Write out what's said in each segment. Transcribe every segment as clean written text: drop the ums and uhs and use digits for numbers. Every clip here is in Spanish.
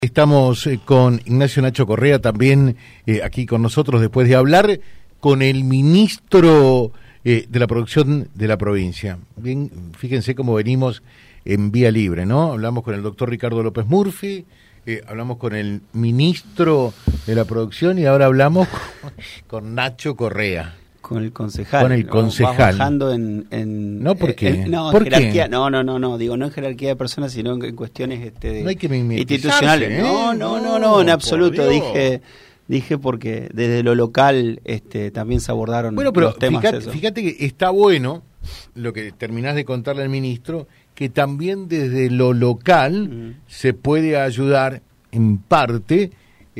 Estamos con Ignacio Nacho Correa también aquí con nosotros después de hablar con el ministro de la producción de la provincia. Bien, fíjense cómo venimos en vía libre, ¿no? Hablamos con el doctor Ricardo López Murphy, hablamos con el ministro de la producción y ahora hablamos con Nacho Correa. Con el concejal. Con el concejal. Bajando en ¿No? ¿Por qué? No, ¿Por jerarquía. qué? No, digo, no en jerarquía de personas, sino en cuestiones no hay que institucionales. No, en absoluto. Dije porque desde lo local también se abordaron los temas. Fíjate que está bueno lo que terminás de contarle al ministro, que también desde lo local se puede ayudar en parte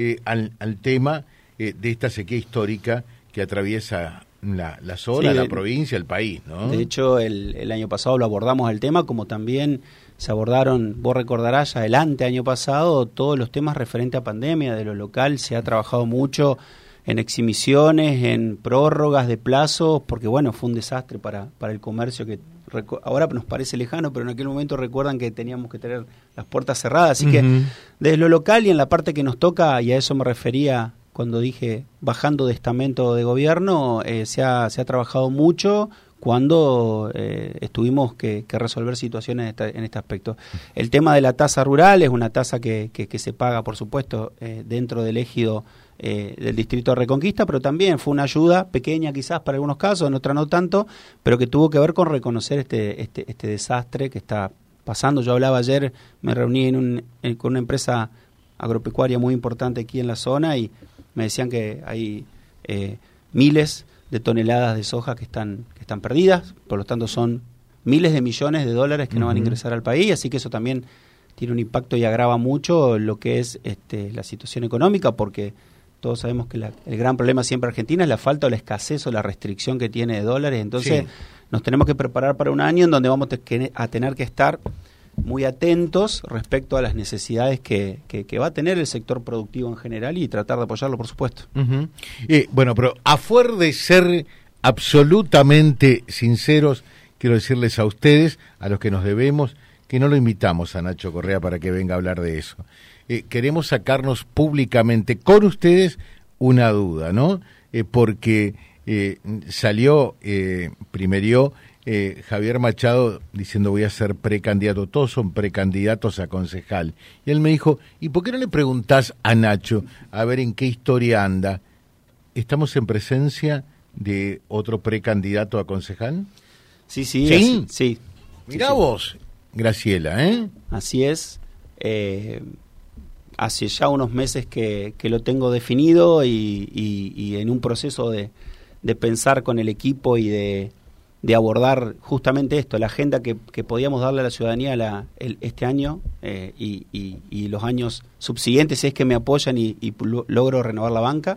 al tema de esta sequía histórica que atraviesa la zona, la provincia, el país, ¿no? De hecho, el año pasado lo abordamos el tema, como también se abordaron, vos recordarás, ya el año pasado, todos los temas referentes a pandemia. De lo local se ha trabajado mucho en exhibiciones, en prórrogas de plazos, porque bueno, fue un desastre para el comercio que ahora nos parece lejano, pero en aquel momento recuerdan que teníamos que tener las puertas cerradas, así que desde lo local y en la parte que nos toca, y a eso me refería cuando dije bajando de estamento de gobierno, se ha trabajado mucho cuando tuvimos que resolver situaciones en este aspecto. El tema de la tasa rural es una tasa que se paga, por supuesto, dentro del ejido del distrito de Reconquista, pero también fue una ayuda pequeña quizás para algunos casos, en otra no tanto, pero que tuvo que ver con reconocer este desastre que está pasando. Yo hablaba ayer, me reuní con una empresa agropecuaria muy importante aquí en la zona y me decían que hay miles de toneladas de soja que están perdidas, por lo tanto son miles de millones de dólares que no van a ingresar al país, así que eso también tiene un impacto y agrava mucho lo que es la situación económica, porque todos sabemos que el gran problema siempre en Argentina es la falta o la escasez o la restricción que tiene de dólares, entonces nos tenemos que preparar para un año en donde vamos a tener que estar muy atentos respecto a las necesidades que va a tener el sector productivo en general y tratar de apoyarlo, por supuesto. Bueno, pero a fuer de ser absolutamente sinceros, quiero decirles a ustedes, a los que nos debemos, que no lo invitamos a Nacho Correa para que venga a hablar de eso. Queremos sacarnos públicamente con ustedes una duda, ¿no? Porque salió primero Javier Machado diciendo voy a ser precandidato, todos son precandidatos a concejal, y él me dijo, ¿y por qué no le preguntás a Nacho a ver en qué historia anda? ¿Estamos en presencia de otro precandidato a concejal? Sí. Mirá vos, Graciela, Así es. Hace ya unos meses que lo tengo definido y en un proceso de pensar con el equipo y de abordar justamente esto, la agenda que podíamos darle a la ciudadanía este año y los años subsiguientes, si es que me apoyan y logro renovar la banca.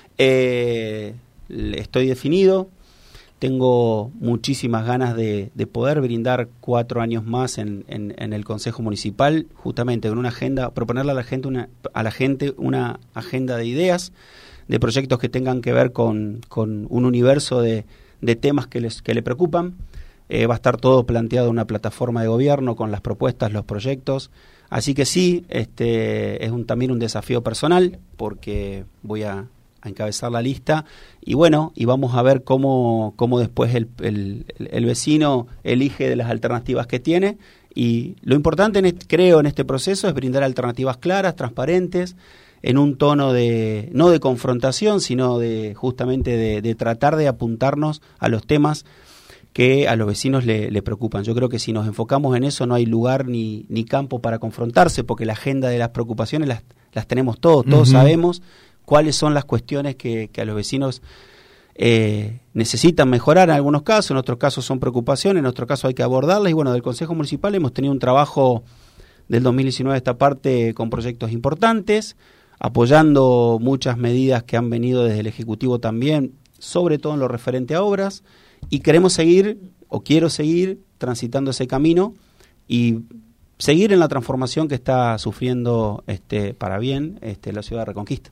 Estoy definido, tengo muchísimas ganas de poder brindar 4 años más en el Consejo Municipal, justamente con una agenda, proponerle a la gente una agenda de ideas, de proyectos que tengan que ver con un universo de temas que le preocupan. Va a estar todo planteado en una plataforma de gobierno con las propuestas, los proyectos. Así que sí, es también un desafío personal porque voy a encabezar la lista y bueno, y vamos a ver cómo después el vecino elige de las alternativas que tiene. Y lo importante, creo, en este proceso es brindar alternativas claras, transparentes, en un tono no de confrontación, sino justamente de tratar de apuntarnos a los temas que a los vecinos le preocupan. Yo creo que si nos enfocamos en eso no hay lugar ni campo para confrontarse, porque la agenda de las preocupaciones las tenemos todos sabemos cuáles son las cuestiones que a los vecinos necesitan mejorar en algunos casos, en otros casos son preocupaciones, en otros casos hay que abordarlas, y bueno, del Consejo Municipal hemos tenido un trabajo del 2019 a esta parte con proyectos importantes, apoyando muchas medidas que han venido desde el Ejecutivo también, sobre todo en lo referente a obras, y quiero seguir transitando ese camino y seguir en la transformación que está sufriendo para bien la ciudad de Reconquista.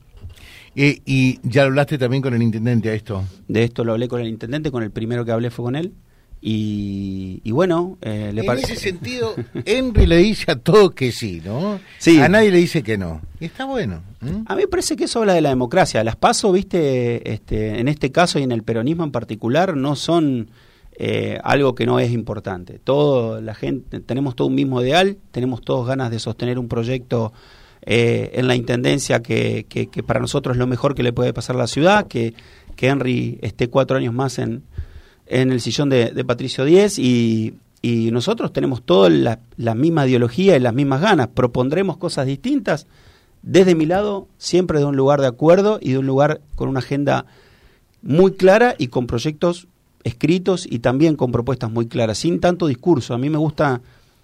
¿Y ya hablaste también con el intendente a esto? De esto lo hablé con el intendente, con el primero que hablé fue con él, Y bueno, en ese sentido, Henry le dice a todos que sí, ¿no? Sí. A nadie le dice que no. Y está bueno. A mí me parece que eso habla de la democracia. Las PASO, viste, en este caso y en el peronismo en particular, no son algo que no es importante. Todo, la gente, tenemos todo un mismo ideal, tenemos todos ganas de sostener un proyecto en la intendencia que para nosotros es lo mejor que le puede pasar a la ciudad, que Henry esté 4 años más en el sillón de Patricio Diez, y nosotros tenemos toda la misma ideología y las mismas ganas. Propondremos cosas distintas, desde mi lado, siempre de un lugar de acuerdo y de un lugar con una agenda muy clara y con proyectos escritos y también con propuestas muy claras, sin tanto discurso. A mí me gustan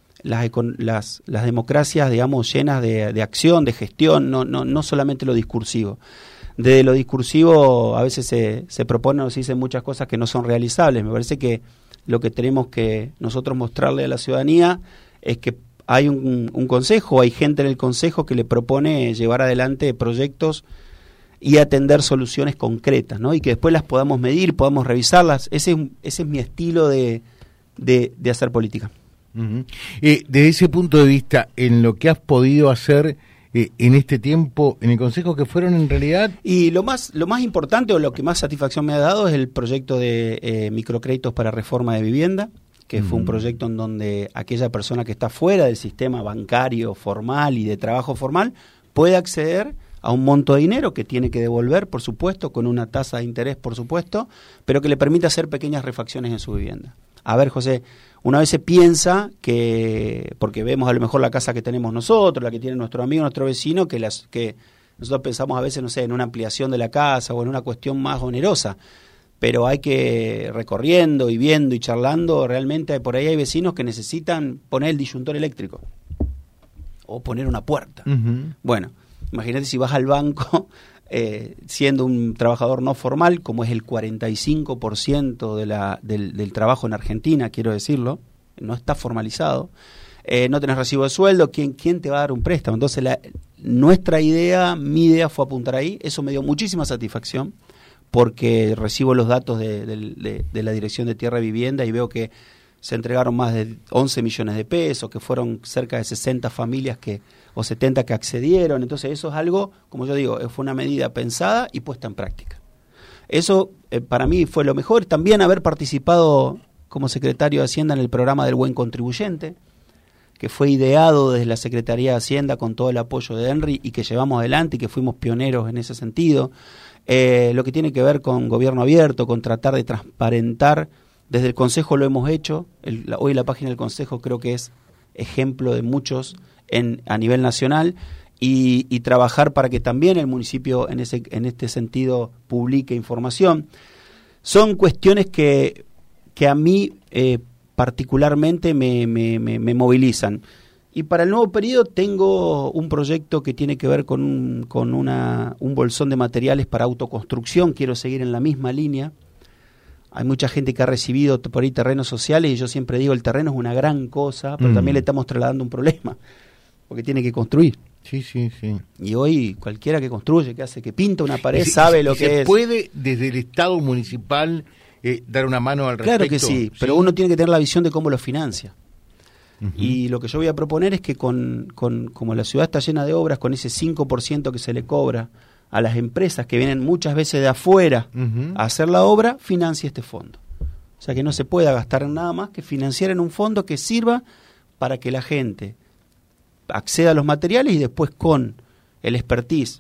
las democracias, digamos, llenas de acción, de gestión, no solamente lo discursivo. Desde lo discursivo a veces se proponen o se dicen muchas cosas que no son realizables. Me parece que lo que tenemos que nosotros mostrarle a la ciudadanía es que hay un consejo, hay gente en el consejo que le propone llevar adelante proyectos y atender soluciones concretas, ¿no? Y que después las podamos medir, podamos revisarlas. Ese es mi estilo de hacer política. Uh-huh. Desde ese punto de vista, en lo que has podido hacer en este tiempo en el Consejo, que fueron en realidad... Y lo más importante o lo que más satisfacción me ha dado es el proyecto de microcréditos para reforma de vivienda, que fue un proyecto en donde aquella persona que está fuera del sistema bancario formal y de trabajo formal puede acceder a un monto de dinero que tiene que devolver, por supuesto, con una tasa de interés, por supuesto, pero que le permite hacer pequeñas refacciones en su vivienda. A ver, José, una vez se piensa que, porque vemos a lo mejor la casa que tenemos nosotros, la que tiene nuestro amigo, nuestro vecino, que nosotros pensamos a veces, no sé, en una ampliación de la casa o en una cuestión más onerosa, pero hay que, recorriendo y viendo y charlando, realmente por ahí hay vecinos que necesitan poner el disyuntor eléctrico o poner una puerta. Uh-huh. Bueno, imagínate si vas al banco siendo un trabajador no formal, como es el 45% del trabajo en Argentina, quiero decirlo, no está formalizado, no tenés recibo de sueldo, ¿quién te va a dar un préstamo? Entonces mi idea fue apuntar ahí, eso me dio muchísima satisfacción, porque recibo los datos de la Dirección de Tierra y Vivienda y veo que se entregaron más de 11 millones de pesos, que fueron cerca de 60 familias o 70 que accedieron. Entonces eso es algo, como yo digo, fue una medida pensada y puesta en práctica. Eso para mí fue lo mejor. También haber participado como secretario de Hacienda en el programa del Buen Contribuyente, que fue ideado desde la Secretaría de Hacienda con todo el apoyo de Henry y que llevamos adelante y que fuimos pioneros en ese sentido. Lo que tiene que ver con gobierno abierto, con tratar de transparentar. Desde el Consejo lo hemos hecho. Hoy la página del Consejo creo que es ejemplo de muchos a nivel nacional y trabajar para que también el municipio en este sentido publique información. Son cuestiones que a mí particularmente me movilizan. Y para el nuevo periodo tengo un proyecto que tiene que ver con un bolsón de materiales para autoconstrucción. Quiero seguir en la misma línea. Hay mucha gente que ha recibido por ahí terrenos sociales y yo siempre digo, el terreno es una gran cosa, pero también le estamos trasladando un problema, porque tiene que construir. Sí. Y hoy cualquiera que construye, que pinta una pared, sabe lo que es. ¿Se puede desde el Estado municipal dar una mano al respecto? Claro que sí, pero uno tiene que tener la visión de cómo lo financia. Uh-huh. Y lo que yo voy a proponer es que como la ciudad está llena de obras, con ese 5% que se le cobra a las empresas que vienen muchas veces de afuera a hacer la obra, financie este fondo. O sea, que no se pueda gastar en nada más que financiar en un fondo que sirva para que la gente acceda a los materiales y después con el expertise,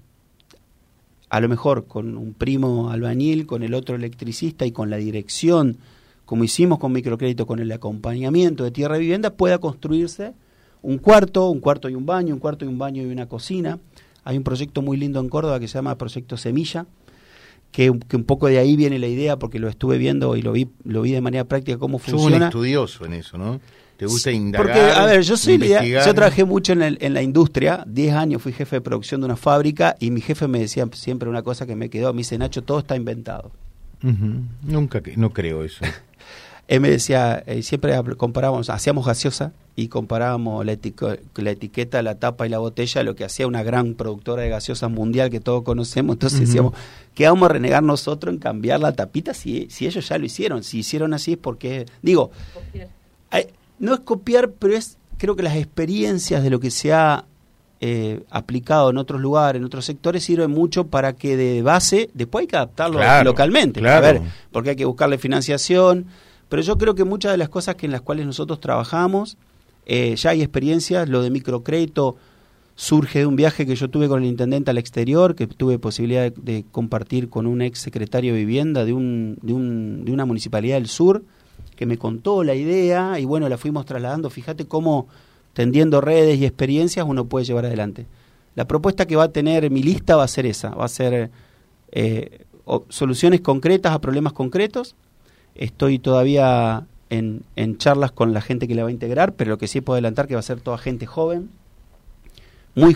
a lo mejor con un primo albañil, con el otro electricista y con la dirección, como hicimos con microcrédito, con el acompañamiento de Tierra y Vivienda, pueda construirse un cuarto y un baño, un cuarto y un baño y una cocina. Hay un proyecto muy lindo en Córdoba que se llama Proyecto Semilla, que un poco de ahí viene la idea, porque lo estuve viendo y lo vi de manera práctica cómo funciona. Sos un estudioso en eso, ¿no? ¿Te gusta indagar? Porque, a ver, yo trabajé mucho en la industria, 10 años fui jefe de producción de una fábrica y mi jefe me decía siempre una cosa que me quedó, me dice, Nacho, todo está inventado. Uh-huh. No creo eso. Él me decía, siempre comparábamos, hacíamos gaseosa y comparábamos la etiqueta, la tapa y la botella, lo que hacía una gran productora de gaseosas mundial que todos conocemos. Entonces decíamos, ¿qué vamos a renegar nosotros en cambiar la tapita si ellos ya lo hicieron? Si hicieron así es porque, digo, no es copiar, pero creo que las experiencias de lo que se ha aplicado en otros lugares, en otros sectores, sirve mucho para que de base, después hay que adaptarlo localmente, claro. A ver, porque hay que buscarle financiación, pero yo creo que muchas de las cosas en las cuales nosotros trabajamos, ya hay experiencias. Lo de microcrédito surge de un viaje que yo tuve con el intendente al exterior, que tuve posibilidad de compartir con un ex secretario de vivienda de una municipalidad del sur, que me contó la idea y bueno, la fuimos trasladando. Fíjate cómo tendiendo redes y experiencias uno puede llevar adelante. La propuesta que va a tener mi lista va a ser esa, va a ser soluciones concretas a problemas concretos. Estoy todavía en charlas con la gente que la va a integrar, pero lo que sí puedo adelantar que va a ser toda gente joven, muy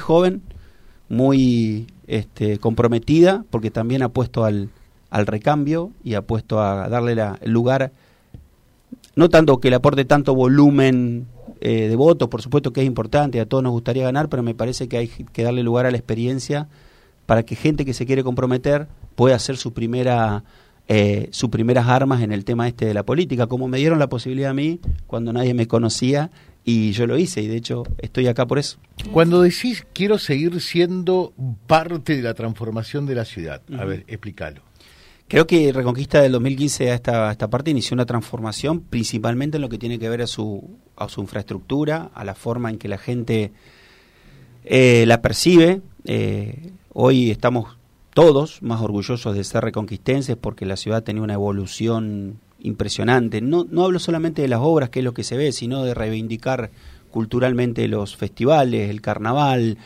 comprometida, porque también apuesto al recambio y apuesto a darle el lugar, no tanto que le aporte tanto volumen de votos, por supuesto que es importante, a todos nos gustaría ganar, pero me parece que hay que darle lugar a la experiencia para que gente que se quiere comprometer pueda hacer sus primeras armas en el tema de la política, como me dieron la posibilidad a mí cuando nadie me conocía y yo lo hice, y de hecho estoy acá por eso. Cuando decís quiero seguir siendo parte de la transformación de la ciudad, a ver, explícalo. Creo que Reconquista del 2015 a esta parte inició una transformación principalmente en lo que tiene que ver a su infraestructura, a la forma en que la gente la percibe. Hoy estamos todos más orgullosos de ser reconquistenses porque la ciudad tenía una evolución impresionante. No hablo solamente de las obras, que es lo que se ve, sino de reivindicar culturalmente los festivales, el carnaval,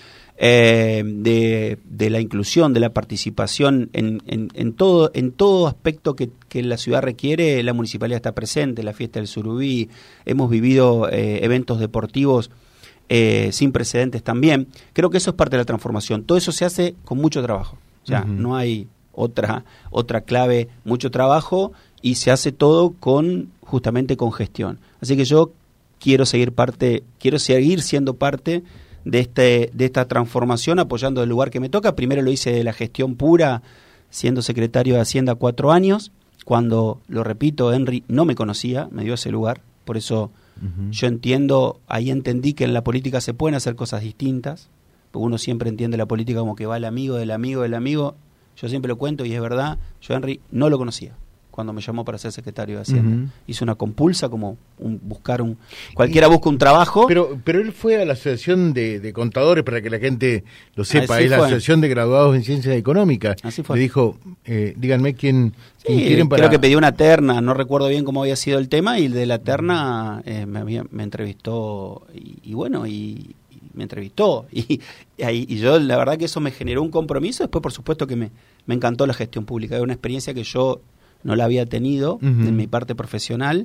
de la inclusión, de la participación en todo aspecto que la ciudad requiere. La municipalidad está presente, la fiesta del Surubí, hemos vivido eventos deportivos sin precedentes también. Creo que eso es parte de la transformación. Todo eso se hace con mucho trabajo. Ya no hay otra clave, mucho trabajo, y se hace todo justamente con gestión. Así que yo quiero seguir siendo parte de esta transformación, apoyando el lugar que me toca. Primero lo hice de la gestión pura, siendo secretario de Hacienda 4 años, cuando, lo repito, Henry no me conocía, me dio ese lugar. Por eso yo ahí entendí que en la política se pueden hacer cosas distintas, porque uno siempre entiende la política como que va el amigo del amigo del amigo. Yo siempre lo cuento y es verdad, yo a Henry no lo conocía cuando me llamó para ser secretario de Hacienda. Hice una compulsa, como cualquiera busca un trabajo. Pero él fue a la asociación de contadores, para que la gente lo sepa, es la asociación de graduados en ciencias económicas. Así fue. Le dijo, díganme quién quieren para... Creo que pedí una terna, no recuerdo bien cómo había sido el tema, y el de la terna me entrevistó, y me entrevistó, y yo la verdad que eso me generó un compromiso. Después, por supuesto que me encantó la gestión pública, era una experiencia que yo no la había tenido en mi parte profesional,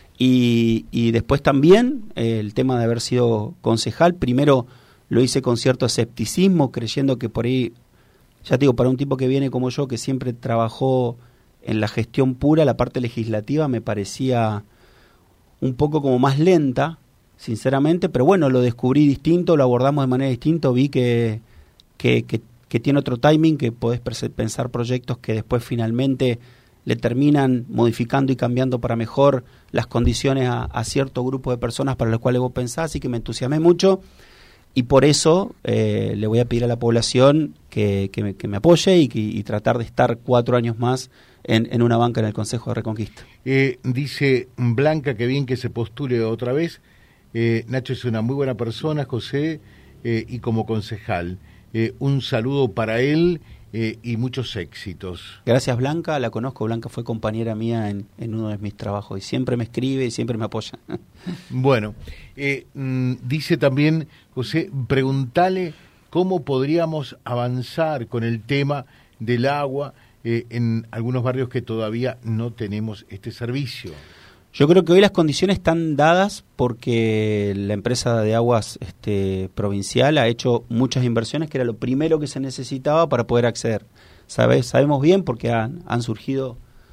y después también el tema de haber sido concejal. Primero lo hice con cierto escepticismo, creyendo que por ahí, ya te digo, para un tipo que viene como yo, que siempre trabajó en la gestión pura, la parte legislativa me parecía un poco como más lenta, sinceramente, pero bueno, lo descubrí distinto, lo abordamos de manera distinta, vi que tiene otro timing, que podés pensar proyectos que después finalmente le terminan modificando y cambiando para mejor las condiciones a cierto grupo de personas para los cuales vos pensás, así que me entusiasmé mucho, y por eso le voy a pedir a la población que me apoye y tratar de estar 4 años más en una banca en el Consejo de Reconquista. Dice Blanca que bien que se postule otra vez. Nacho es una muy buena persona, José, y como concejal. Un saludo para él y muchos éxitos. Gracias, Blanca, la conozco. Blanca fue compañera mía en uno de mis trabajos y siempre me escribe y siempre me apoya. Bueno, dice también, José, preguntale cómo podríamos avanzar con el tema del agua en algunos barrios que todavía no tenemos este servicio. Yo creo que hoy las condiciones están dadas porque la empresa de aguas provincial ha hecho muchas inversiones, que era lo primero que se necesitaba para poder acceder. Sabemos bien porque han surgido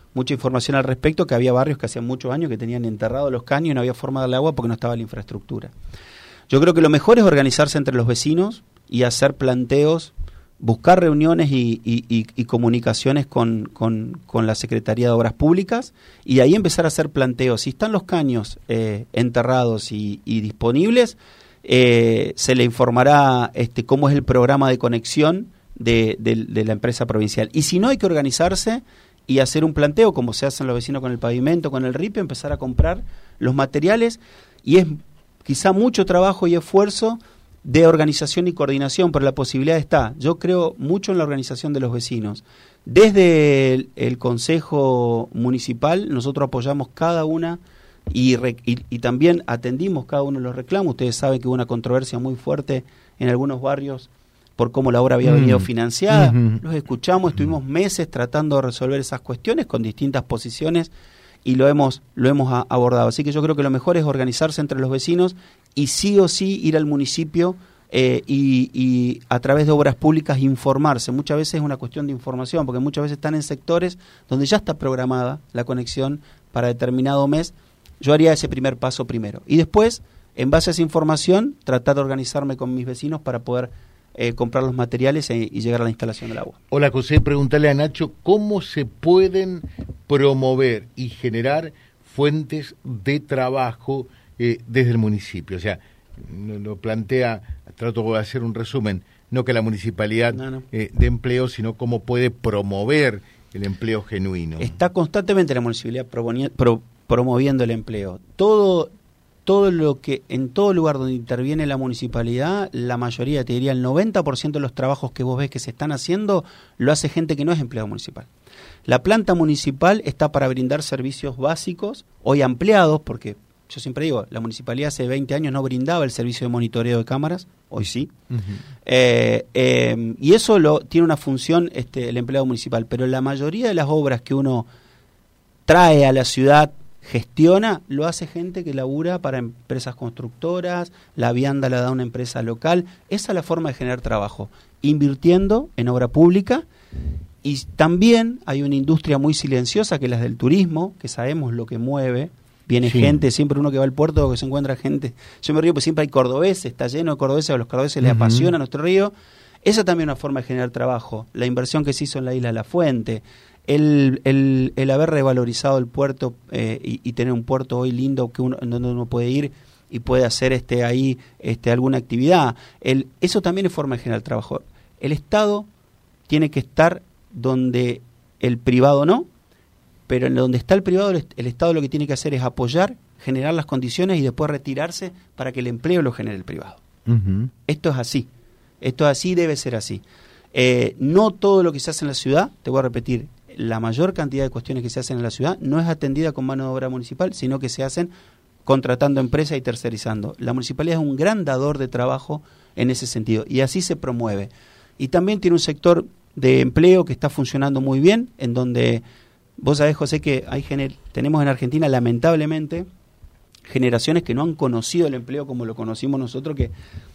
mucha información al respecto, que había barrios que hacían muchos años que tenían enterrados los caños y no había forma de darle agua porque no estaba la infraestructura. Yo creo que lo mejor es organizarse entre los vecinos y hacer planteos, buscar reuniones y comunicaciones con la Secretaría de Obras Públicas, y ahí empezar a hacer planteos. Si están los caños enterrados y disponibles, se le informará cómo es el programa de conexión de la empresa provincial. Y si no, hay que organizarse y hacer un planteo, como se hacen los vecinos con el pavimento, con el RIPE, empezar a comprar los materiales, y es quizá mucho trabajo y esfuerzo de organización y coordinación, pero la posibilidad está. Yo creo mucho en la organización de los vecinos. Desde el Consejo Municipal nosotros apoyamos cada una y también atendimos cada uno de los reclamos. Ustedes saben que hubo una controversia muy fuerte en algunos barrios por cómo la obra había venido financiada. Los escuchamos, estuvimos meses tratando de resolver esas cuestiones con distintas posiciones y lo hemos abordado. Así que yo creo que lo mejor es organizarse entre los vecinos y sí o sí ir al municipio y a través de obras públicas informarse. Muchas veces es una cuestión de información, porque muchas veces están en sectores donde ya está programada la conexión para determinado mes. Yo haría ese primer paso primero. Y después, en base a esa información, tratar de organizarme con mis vecinos para poder comprar los materiales y llegar a la instalación del agua. Hola José, preguntarle a Nacho cómo se pueden promover y generar fuentes de trabajo desde el municipio. O sea, lo plantea, trato de hacer un resumen, no que la municipalidad de empleo, sino cómo puede promover el empleo genuino. Está constantemente la municipalidad promoviendo el empleo. Todo lo que en todo lugar donde interviene la municipalidad, la mayoría, te diría el 90% de los trabajos que vos ves que se están haciendo, lo hace gente que no es empleado municipal. La planta municipal está para brindar servicios básicos, hoy ampliados, porque yo siempre digo, la municipalidad hace 20 años no brindaba el servicio de monitoreo de cámaras, hoy sí. Y eso tiene una función el empleado municipal, pero la mayoría de las obras que uno trae a la ciudad, gestiona, lo hace gente que labura para empresas constructoras, la vianda la da una empresa local. Esa es la forma de generar trabajo, invirtiendo en obra pública. Y también hay una industria muy silenciosa que es la del turismo, que sabemos lo que mueve. Viene gente, siempre uno que va al puerto que se encuentra gente. Yo me río porque siempre hay cordobeses, está lleno de cordobeses, a los cordobeses les apasiona nuestro río. Esa también es una forma de generar trabajo. La inversión que se hizo en la isla de La Fuente, el haber revalorizado el puerto y tener un puerto hoy lindo donde uno puede ir y puede hacer ahí alguna actividad. Eso también es forma de generar trabajo. El Estado tiene que estar donde el privado no, pero en donde está el privado, el Estado lo que tiene que hacer es apoyar, generar las condiciones y después retirarse para que el empleo lo genere el privado. Esto es así. Esto así debe ser así. No todo lo que se hace en la ciudad, te voy a repetir, la mayor cantidad de cuestiones que se hacen en la ciudad no es atendida con mano de obra municipal, sino que se hacen contratando empresas y tercerizando. La municipalidad es un gran dador de trabajo en ese sentido y así se promueve. Y también tiene un sector de empleo que está funcionando muy bien, en donde vos sabés, José, que tenemos en Argentina, lamentablemente, generaciones que no han conocido el empleo como lo conocimos nosotros, que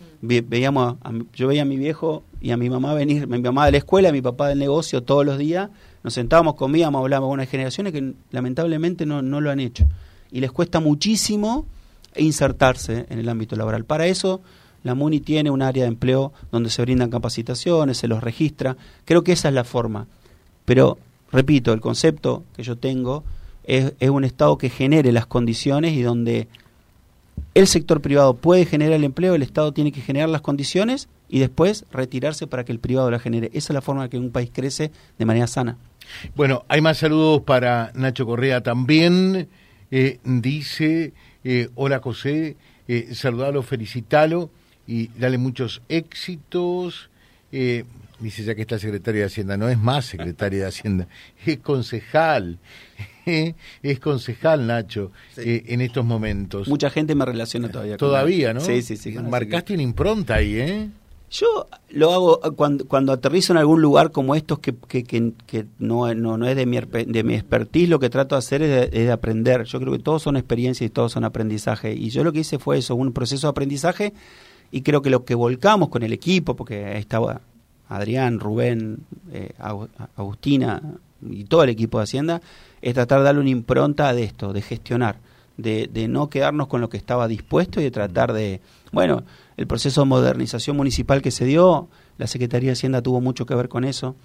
yo veía a mi viejo y a mi mamá venir, mi mamá de la escuela, mi papá del negocio todos los días, nos sentábamos, comíamos, hablábamos, unas generaciones que lamentablemente no lo han hecho y les cuesta muchísimo insertarse en el ámbito laboral. Para eso la MUNI tiene un área de empleo donde se brindan capacitaciones, se los registra. Creo que esa es la forma, pero repito, el concepto que yo tengo es un Estado que genere las condiciones y donde el sector privado puede generar el empleo, el Estado tiene que generar las condiciones y después retirarse para que el privado la genere. Esa es la forma en que un país crece de manera sana. Bueno, hay más saludos para Nacho Correa también. Dice, hola José, saludalo, felicitalo y dale muchos éxitos. Dice ya que está secretaria de Hacienda, no es más secretaria de Hacienda, es concejal. Es concejal, Nacho, sí. En estos momentos. Mucha gente me relaciona todavía. Todavía, ¿no? Sí. Marcaste una impronta ahí, ¿eh? Yo lo hago cuando aterrizo en algún lugar como estos que no es de mi expertise, lo que trato de hacer es de aprender. Yo creo que todos son experiencias y todos son aprendizaje. Y yo lo que hice fue eso, un proceso de aprendizaje, y creo que lo que volcamos con el equipo, porque ahí estaba Adrián, Rubén, Agustina y todo el equipo de Hacienda, es tratar de darle una impronta de esto, de gestionar, de no quedarnos con lo que estaba dispuesto y de tratar de, bueno, el proceso de modernización municipal que se dio, la Secretaría de Hacienda tuvo mucho que ver con eso,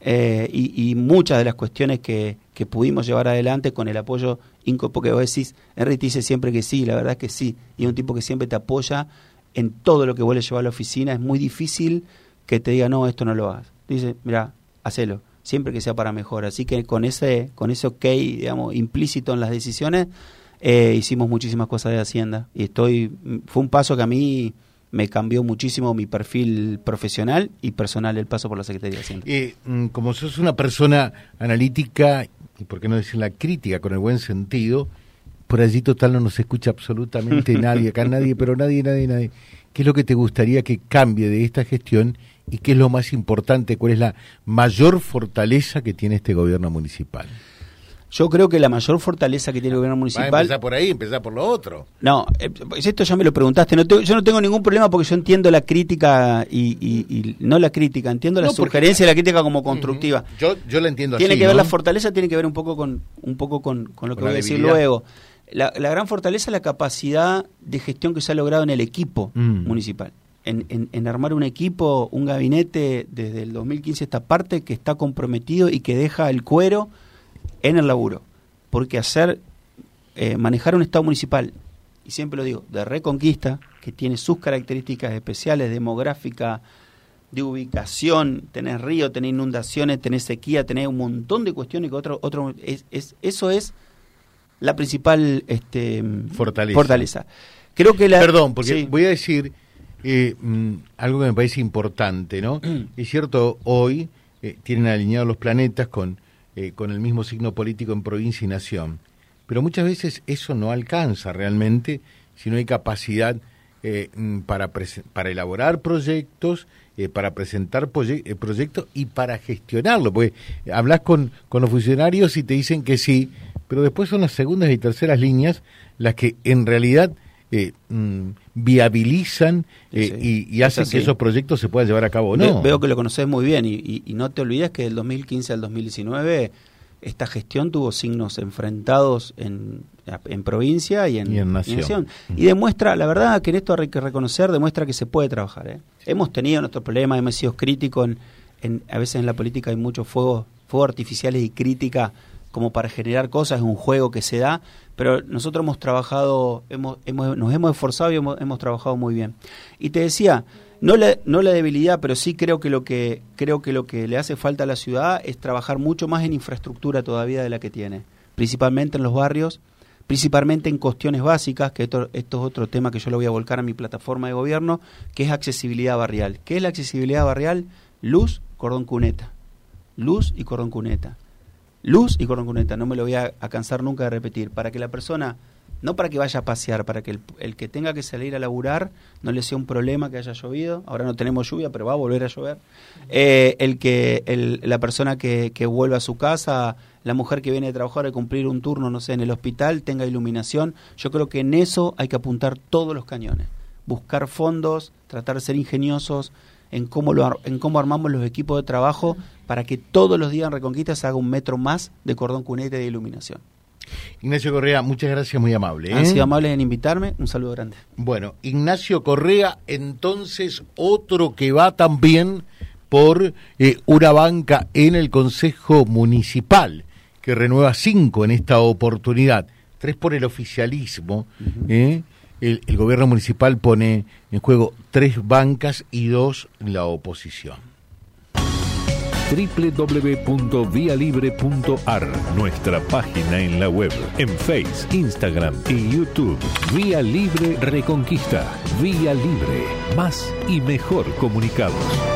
y muchas de las cuestiones que pudimos llevar adelante con el apoyo, porque vos decís, Henry te dice siempre que sí, la verdad es que sí, y es un tipo que siempre te apoya en todo lo que vos le llevas a la oficina. Es muy difícil que te diga, no, esto no lo hagas. Dice, mira, hacelo, siempre que sea para mejor. Así que con ese ok, digamos, implícito en las decisiones, hicimos muchísimas cosas de Hacienda, y fue un paso que a mí me cambió muchísimo mi perfil profesional y personal, el paso por la Secretaría de Hacienda. Como sos una persona analítica, y por qué no decir la crítica con el buen sentido, por allí total no nos escucha absolutamente nadie, acá nadie, pero nadie. ¿Qué es lo que te gustaría que cambie de esta gestión y qué es lo más importante? ¿Cuál es la mayor fortaleza que tiene este gobierno municipal? Yo creo que la mayor fortaleza que tiene el gobierno municipal... Va a empezar por ahí, empezar por lo otro. No, esto ya me lo preguntaste. Yo no tengo ningún problema porque yo entiendo la crítica y no la crítica, entiendo la sugerencia y la crítica como constructiva. Yo la entiendo así. Tiene que ver la fortaleza, tiene que ver un poco con lo que voy a decir luego. La gran fortaleza es la capacidad de gestión que se ha logrado en el equipo municipal. En armar un equipo, un gabinete desde el 2015 esta parte que está comprometido y que deja el cuero en el laburo, porque manejar un Estado municipal, y siempre lo digo, de reconquista, que tiene sus características especiales, demográfica, de ubicación, tenés río, tenés inundaciones, tenés sequía, tenés un montón de cuestiones que eso es la principal fortaleza. Creo que Perdón, porque voy a decir algo que me parece importante, ¿no? Es cierto, hoy tienen alineados los planetas con el mismo signo político en provincia y nación. Pero muchas veces eso no alcanza realmente si no hay capacidad para elaborar proyectos, para presentar proyectos y para gestionarlo. Porque hablas con los funcionarios y te dicen que sí, pero después son las segundas y terceras líneas las que en realidad viabilizan y hacen que esos proyectos se puedan llevar a cabo o no. Veo que lo conoces muy bien y no te olvides que del 2015 al 2019 esta gestión tuvo signos enfrentados en provincia y en nación. Y demuestra, la verdad que en esto hay que reconocer, demuestra que se puede trabajar. Hemos tenido nuestros problemas, hemos sido críticos, a veces en la política hay muchos fuegos artificiales y crítica como para generar cosas, es un juego que se da, pero nosotros hemos trabajado, nos hemos esforzado y hemos trabajado muy bien. Y te decía, no la debilidad, pero sí creo que lo que le hace falta a la ciudad es trabajar mucho más en infraestructura todavía de la que tiene, principalmente en los barrios, principalmente en cuestiones básicas, que esto es otro tema que yo lo voy a volcar a mi plataforma de gobierno, que es accesibilidad barrial. ¿Qué es la accesibilidad barrial? Luz, cordón cuneta. Luz y cordón cuneta. Luz y cordón cuneta, no me lo voy a cansar nunca de repetir, para que la persona, no para que vaya a pasear, para que el que tenga que salir a laburar no le sea un problema que haya llovido. Ahora no tenemos lluvia, pero va a volver a llover. La persona que vuelva a su casa, la mujer que viene de trabajar a cumplir un turno, no sé, en el hospital, tenga iluminación. Yo creo que en eso hay que apuntar todos los cañones, buscar fondos, tratar de ser ingeniosos en cómo armamos los equipos de trabajo para que todos los días en Reconquista se haga un metro más de cordón cuneta de iluminación. Ignacio Correa, muchas gracias, muy amable. Han sido amables en invitarme, un saludo grande. Bueno, Ignacio Correa, entonces otro que va también por una banca en el Consejo Municipal, que renueva 5 en esta oportunidad, 3 por el oficialismo. El gobierno municipal pone en juego 3 bancas y 2 la oposición. www.vialibre.ar, nuestra página en la web, en Face, Instagram y YouTube. Vía Libre Reconquista. Vía Libre. Más y mejor comunicados.